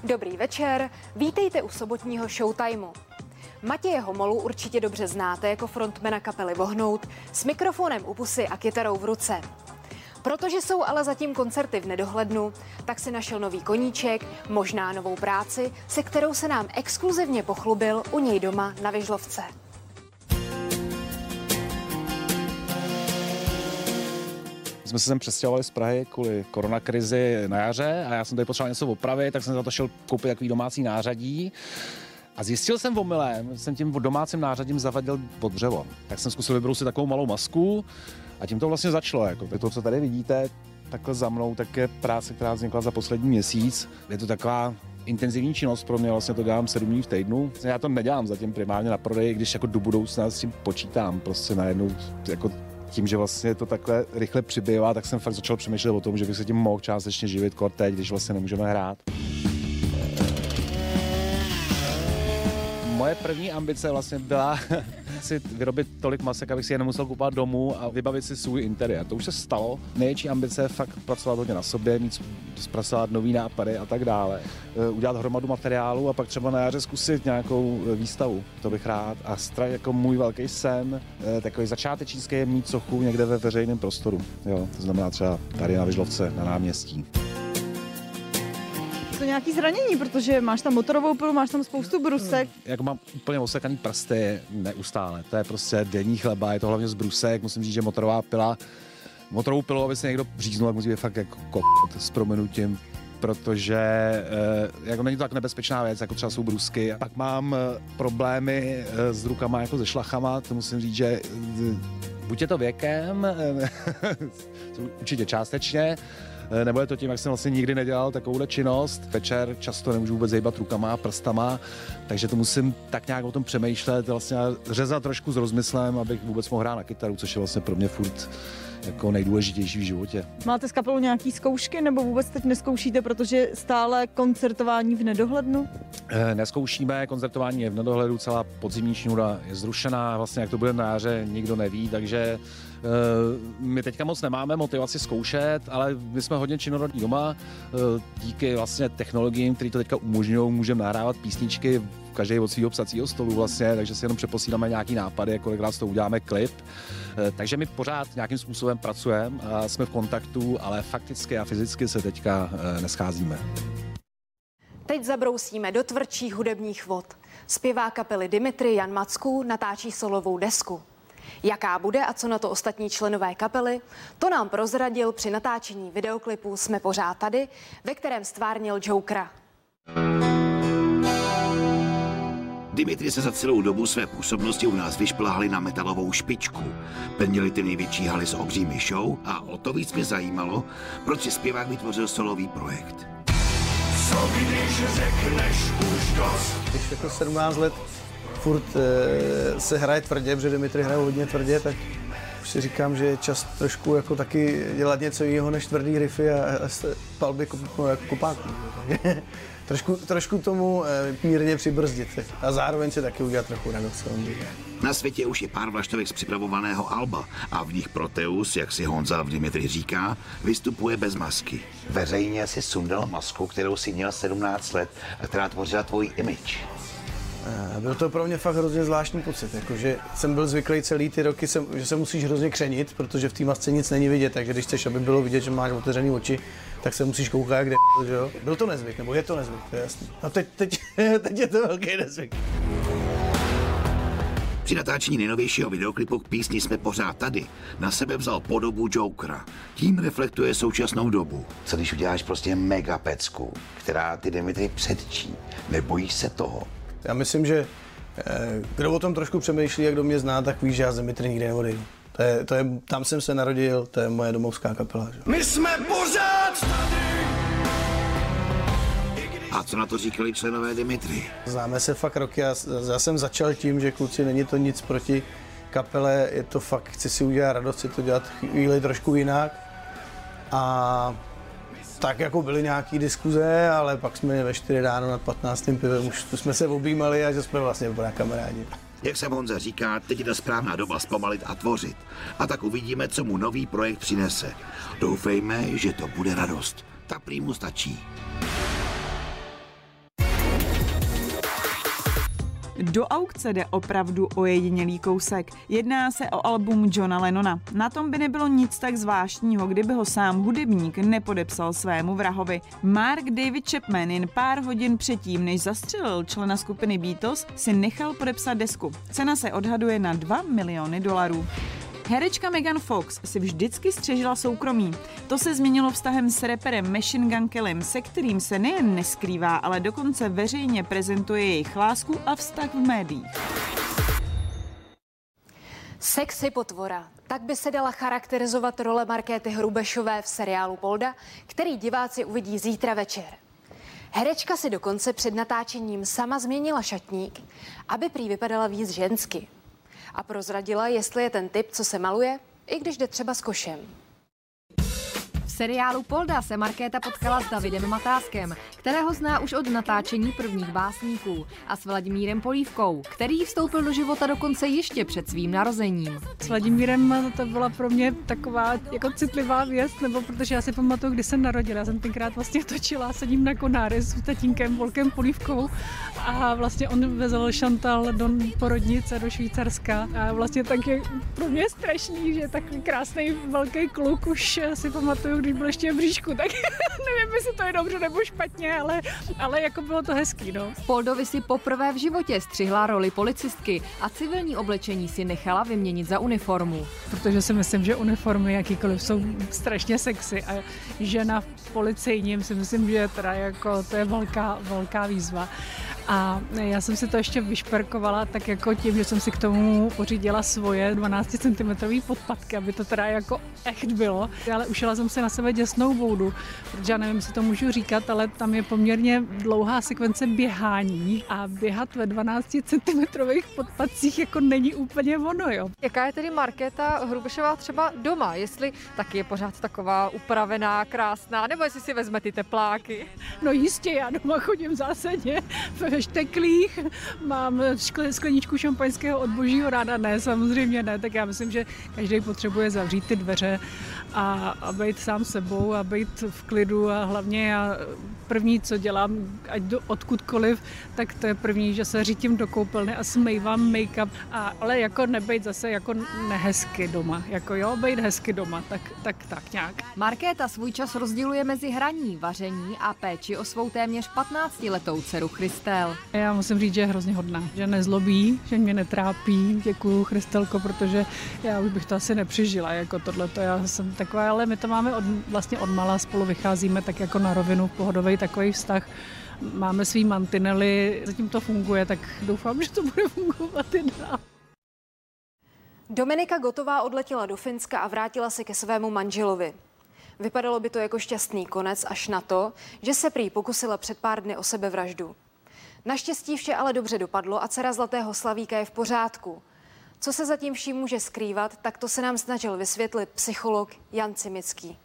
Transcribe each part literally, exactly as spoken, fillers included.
Dobrý večer, vítejte u sobotního Showtimeu. Matěje Homolu určitě dobře znáte jako frontmana kapely Vohnout s mikrofonem u pusy a kytarou v ruce. Protože jsou ale zatím koncerty v nedohlednu, tak si našel nový koníček, možná novou práci, se kterou se nám exkluzivně pochlubil u něj doma na Vyžlovce. Jsme se sem přestěhovali z Prahy kvůli koronakrizi na jaře a já jsem tady potřeboval něco opravit, tak jsem za to šel koupit takový domácí nářadí. A zjistil jsem omylem, jsem tím domácím nářadím zavadil pod dřevo. Tak jsem zkusil vybrousit takovou malou masku a tím to vlastně začalo. Jako. To, co tady vidíte, takhle za mnou, tak je práce, která vznikla za poslední měsíc. Je to taková intenzivní činnost pro mě, vlastně to dělám sedm dní v týdnu. Já to nedělám zatím primárně na prodej, když jako do budoucna s tím počítám. Prostě najednou jako tím, že vlastně to takhle rychle přibývá, tak jsem fakt začal přemýšlet o tom, že bych se tím mohl částečně živit kor teď, když vlastně nemůžeme hrát. Moje první ambice vlastně byla si vyrobit tolik masek, abych si je nemusel kupovat domů a vybavit si svůj interiér. To už se stalo. Největší ambice je fakt pracovat hodně na sobě, mít, zpracovat nový nápady a tak dále. Udělat hromadu materiálu a pak třeba na jaře zkusit nějakou výstavu. To bych rád. A strach jako můj velký sen, takový začátečnický, je mít sochu někde ve veřejném prostoru. Jo, to znamená třeba tady na Vyžlovce, na náměstí. To nějaký zranění, protože máš tam motorovou pilu, máš tam spoustu brusek. Jako mám úplně osekaný prsty neustále. To je prostě denní chleba, je to hlavně z brusek. Musím říct, že motorová pila, motorovou pilu, aby se někdo bříznul, tak musí být fakt jako kokot s prominutím, protože eh, jako není to tak nebezpečná věc, jako třeba jsou brusky. Pak mám eh, problémy eh, s rukama jako se šlachama, to musím říct, že eh, buď je to věkem, eh, určitě částečně, nebo je to tím, jak jsem vlastně nikdy nedělal takovouhle činnost. Večer často nemůžu vůbec hejbat rukama a prstama, takže to musím tak nějak o tom přemýšlet, vlastně řezat trošku s rozmyslem, abych vůbec mohl hrát na kytaru, což je vlastně pro mě furt jako nejdůležitější v životě. Máte s kapelou nějaký zkoušky, nebo vůbec teď neskoušíte, protože stále koncertování v nedohlednu? E, neskoušíme, koncertování je v nedohlednu, celá podzimní šňůra je zrušená, vlastně jak to bude na jaře, nikdo neví, takže my teďka moc nemáme motivaci zkoušet, ale my jsme hodně činorodní doma. Díky vlastně technologiím, které to teďka umožňují, můžeme nahrávat písničky každý od svého psacího stolu vlastně, takže si jenom přeposíláme nějaký nápady, kolikrát z toho uděláme klip. Takže my pořád nějakým způsobem pracujeme a jsme v kontaktu, ale fakticky a fyzicky se teďka nescházíme. Teď zabrousíme do tvrdších hudebních vod. Zpěvák kapely Dimitri Jan Macků natáčí solovou desku. Jaká bude a co na to ostatní členové kapely, to nám prozradil při natáčení videoklipu Jsme pořád tady, ve kterém stvárnil Jokera. Dimitri se za celou dobu své působnosti u nás vyšplhali na metalovou špičku. Plnili ty největší haly s obřími show a o to víc mě zajímalo, proč si zpěvák vytvořil solový projekt. Co když řekneš už dost? Když jako sedmnáct let furt e, se hraje tvrdě, protože Dimitri hraje hodně tvrdě, tak už si říkám, že je čas trošku jako taky dělat něco jiného než tvrdý riffy a, a palby jako, jako kopáků. trošku, trošku tomu e, mírně přibrzdit a zároveň si taky udělat trochu radost. Na světě už je pár vlaštovek z připravovaného alba a v nich Proteus, jak si Honza v Dimitri říká, vystupuje bez masky. Veřejně si sundal masku, kterou si měl sedmnáct let a která tvořila tvůj image. Byl to pro mě fakt hrozně zvláštní pocit, jakože jsem byl zvyklý celý ty roky, jsem, že se musíš hrozně křenit, protože v té masce nic není vidět, takže když chceš, aby bylo vidět, že máš otevřený oči, tak se musíš koukat, kde že jo. Byl to nezvyk, nebo je to nezvyk, to je jasný. A teď, teď, teď je to velký nezvyk. Při natáčení nejnovějšího videoklipu k písni Jsme pořád tady na sebe vzal podobu Jokera. Tím reflektuje současnou dobu. Co když uděláš prostě mega pecku, která ty Dimitri předčí? Nebojíš se toho? Já myslím, že kdo o tom trošku přemýšlí, jak kdo mě zná, tak ví, že já z Dimitri nikdy neodejdu. To je, to je, tam jsem se narodil, to je moje domovská kapela. Že? My jsme pořád tady! A co na to říkali členové Dimitri? Známe se fakt roky, já, já jsem začal tím, že kluci, není to nic proti kapele, je to fakt, chci si udělat radost, chci to dělat chvíli trošku jinak. A tak jako byly nějaký diskuze, ale pak jsme ve čtyři ráno nad patnáctým pivem už jsme se objímali a že jsme vlastně byla kamarádi. Jak se Honza říká, teď je ta správná doba zpomalit a tvořit. A tak uvidíme, co mu nový projekt přinese. Doufejme, že to bude radost. Ta prý mu stačí. Do aukce jde opravdu o jedinělý kousek. Jedná se o album Johna Lennona. Na tom by nebylo nic tak zvláštního, kdyby ho sám hudebník nepodepsal svému vrahovi. Mark David Chapman jen pár hodin předtím, než zastřelil člena skupiny Beatles, si nechal podepsat desku. Cena se odhaduje na dva miliony dolarů. Herečka Megan Fox si vždycky střežila soukromí. To se změnilo vztahem s raperem Machine Gun Kellym, se kterým se nejen neskrývá, ale dokonce veřejně prezentuje jejich lásku a vztah v médiích. Sexy potvora. Tak by se dala charakterizovat role Markéty Hrubešové v seriálu Polda, který diváci uvidí zítra večer. Herečka si dokonce před natáčením sama změnila šatník, aby prý vypadala víc žensky. A prozradila, jestli je ten typ, co se maluje, i když jde třeba s košem. V seriálu Polda se Markéta potkala s Davidem Matáskem, kterého zná už od natáčení prvních Básníků, a s Vladimírem Polívkou, který vstoupil do života dokonce ještě před svým narozením. S Vladimírem to byla pro mě taková jako citlivá věc, nebo protože já si pamatuju, kdy jsem narodila. Já jsem tenkrát vlastně točila, sedím na konáře s tatínkem Volkem Polívkou a vlastně on vezl Chantal do porodnice do Švýcarska a vlastně tak je pro mě strašný, že takový krásný velký kluk už si pamatuju, když byl ještě v bříšku, tak nevím, jestli to je dobře nebo špatně, ale, ale jako bylo to hezký, no. Poldovi si poprvé v životě střihla roli policistky a civilní oblečení si nechala vyměnit za uniformu. Protože si myslím, že uniformy jakýkoliv jsou strašně sexy a žena v policejním si myslím, že teda jako to je velká, velká výzva. A já jsem si to ještě vyšperkovala tak jako tím, že jsem si k tomu pořídila svoje dvanácticentimetrové podpatky, aby to teda jako echt bylo. Ale ušila jsem si na sebe děsnou boudu, protože já nevím, jestli to můžu říkat, ale tam je poměrně dlouhá sekvence běhání a běhat ve dvanácticentimetrových podpatcích jako není úplně ono, jo. Jaká je tedy Markéta Hrubešová třeba doma? Jestli taky je pořád taková upravená, krásná, nebo jestli si vezme ty tepláky? No jistě, já doma chodím zásadně ve šteklích, mám skleničku šampaňského od božího ráda, ne, samozřejmě ne, tak já myslím, že každý potřebuje zavřít ty dveře a, a být sám sebou a být v klidu a hlavně já první, co dělám, ať do odkudkoliv, tak to je první, že se řítím do koupelny a smejvám make-up, a, ale jako nebejt zase jako nehezky doma, jako jo, bejt hezky doma, tak, tak, tak nějak. Markéta svůj čas rozděluje mezi hraní, vaření a péči o svou téměř patnáctiletou dceru Christel. Já musím říct, že je hrozně hodná, že nezlobí, že mě netrápí, děkuju Christelko, protože já už bych to asi nepřežila, jako tohleto, já jsem taková, ale my to máme od, vlastně od mala, spolu vycházíme tak jako na rovinu, pohodový takový vztah, máme svý mantinely, zatím to funguje, tak doufám, že to bude fungovat i dál. Dominika Gottová odletěla do Finska a vrátila se ke svému manželovi. Vypadalo by to jako šťastný konec až na to, že se prý pokusila před pár dny o sebevraždu. Naštěstí vše ale dobře dopadlo a dcera Zlatého Slavíka je v pořádku. Co se zatím vším může skrývat, tak to se nám snažil vysvětlit psycholog Jan Cimický.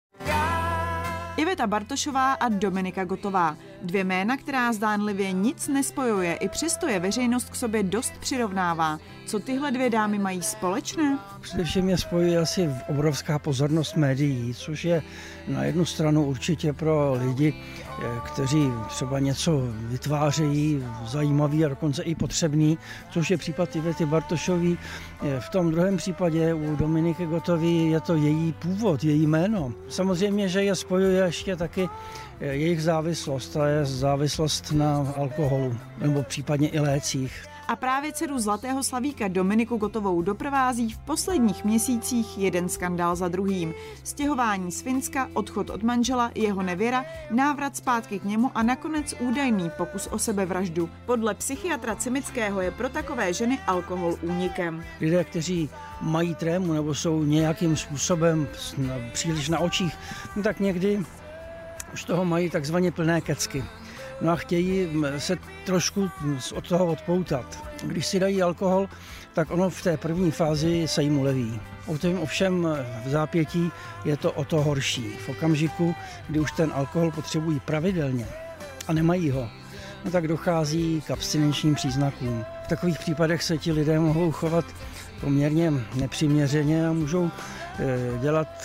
Iveta Bartošová a Dominika Gottová. Dvě jména, která zdánlivě nic nespojuje, i přesto je veřejnost k sobě dost přirovnává. Co tyhle dvě dámy mají společné? Především je spojuje asi obrovská pozornost médií, což je na jednu stranu určitě pro lidi, kteří třeba něco vytvářejí zajímavý a dokonce i potřebný, což je případ Ivety Bartošové. V tom druhém případě u Dominiky Gottové je to její původ, její jméno. Samozřejmě, že je spojuje ještě taky jejich závislost, to je závislost na alkoholu nebo případně i lécích. A právě dceru Zlatého Slavíka Dominiku Gottovou doprovází v posledních měsících jeden skandál za druhým. Stěhování z Finska, odchod od manžela, jeho nevěra, návrat zpátky k němu a nakonec údajný pokus o sebevraždu. Podle psychiatra Cimického je pro takové ženy alkohol únikem. Lidé, kteří mají trému nebo jsou nějakým způsobem příliš na očích, no tak někdy už toho mají takzvaně plné kecky. No a chtějí se trošku od toho odpoutat. Když si dají alkohol, tak ono v té první fázi se jim uleví. Ovšem v zápětí je to o to horší. V okamžiku, kdy už ten alkohol potřebují pravidelně a nemají ho, no tak dochází k abstinenčním příznakům. V takových případech se ti lidé mohou chovat poměrně nepřiměřeně a můžou dělat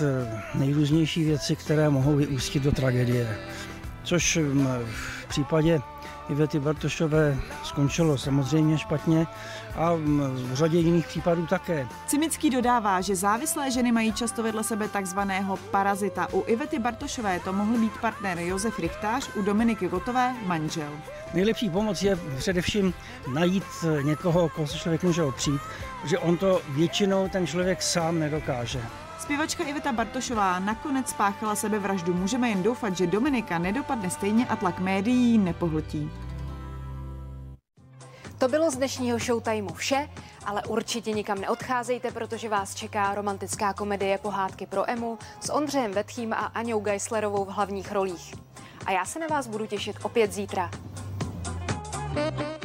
nejrůznější věci, které mohou vyústit do tragédie. Což v případě Ivety Bartošové skončilo samozřejmě špatně a v řadě jiných případů také. Cimický dodává, že závislé ženy mají často vedle sebe takzvaného parazita. U Ivety Bartošové to mohl být partner Josef Richtář, u Dominiky Gottové manžel. Nejlepší pomoc je především najít někoho, koho se člověk může opřít, že on to většinou ten člověk sám nedokáže. Zpěvačka Iveta Bartošová nakonec spáchala sebevraždu. Můžeme jen doufat, že Dominika nedopadne stejně a tlak médií nepohltí. To bylo z dnešního Showtimeu vše, ale určitě nikam neodcházejte, protože vás čeká romantická komedie Pohádky pro Emu s Ondřejem Vetchým a Aňou Geislerovou v hlavních rolích. A já se na vás budu těšit opět zítra.